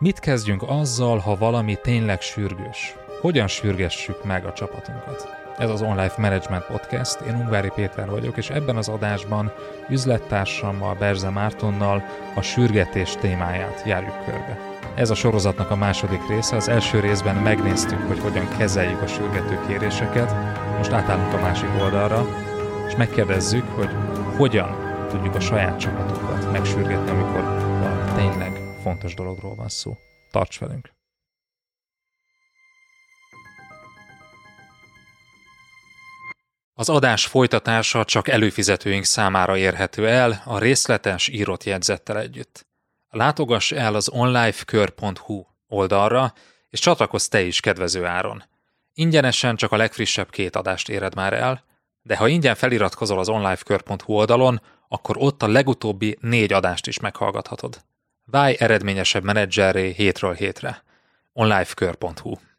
Mit kezdjünk azzal, ha valami tényleg sürgős? Hogyan sürgessük meg a csapatunkat? Ez az OnLife Management Podcast, én Ungvári Péter vagyok, és ebben az adásban üzlettársammal, Berze Mártonnal a sürgetés témáját járjuk körbe. Ez a sorozatnak a második része, az első részben megnéztük, hogy hogyan kezeljük a sürgető kéréseket, most átállunk a másik oldalra, és megkérdezzük, hogy hogyan tudjuk a saját csapatunkat megsürgetni, amikor valami tényleg fontos dologról van szó. Tarts velünk! Az adás folytatása csak előfizetőink számára érhető el a részletes írott jegyzettel együtt. Látogass el az onlifekör.hu oldalra, és csatlakozz te is kedvező áron. Ingyenesen csak a legfrissebb 2 adást éred már el, de ha ingyen feliratkozol az onlifekör.hu oldalon, akkor ott a legutóbbi 4 adást is meghallgathatod. Válj eredményesebb menedzserré hétről hétre. onlifekör.hu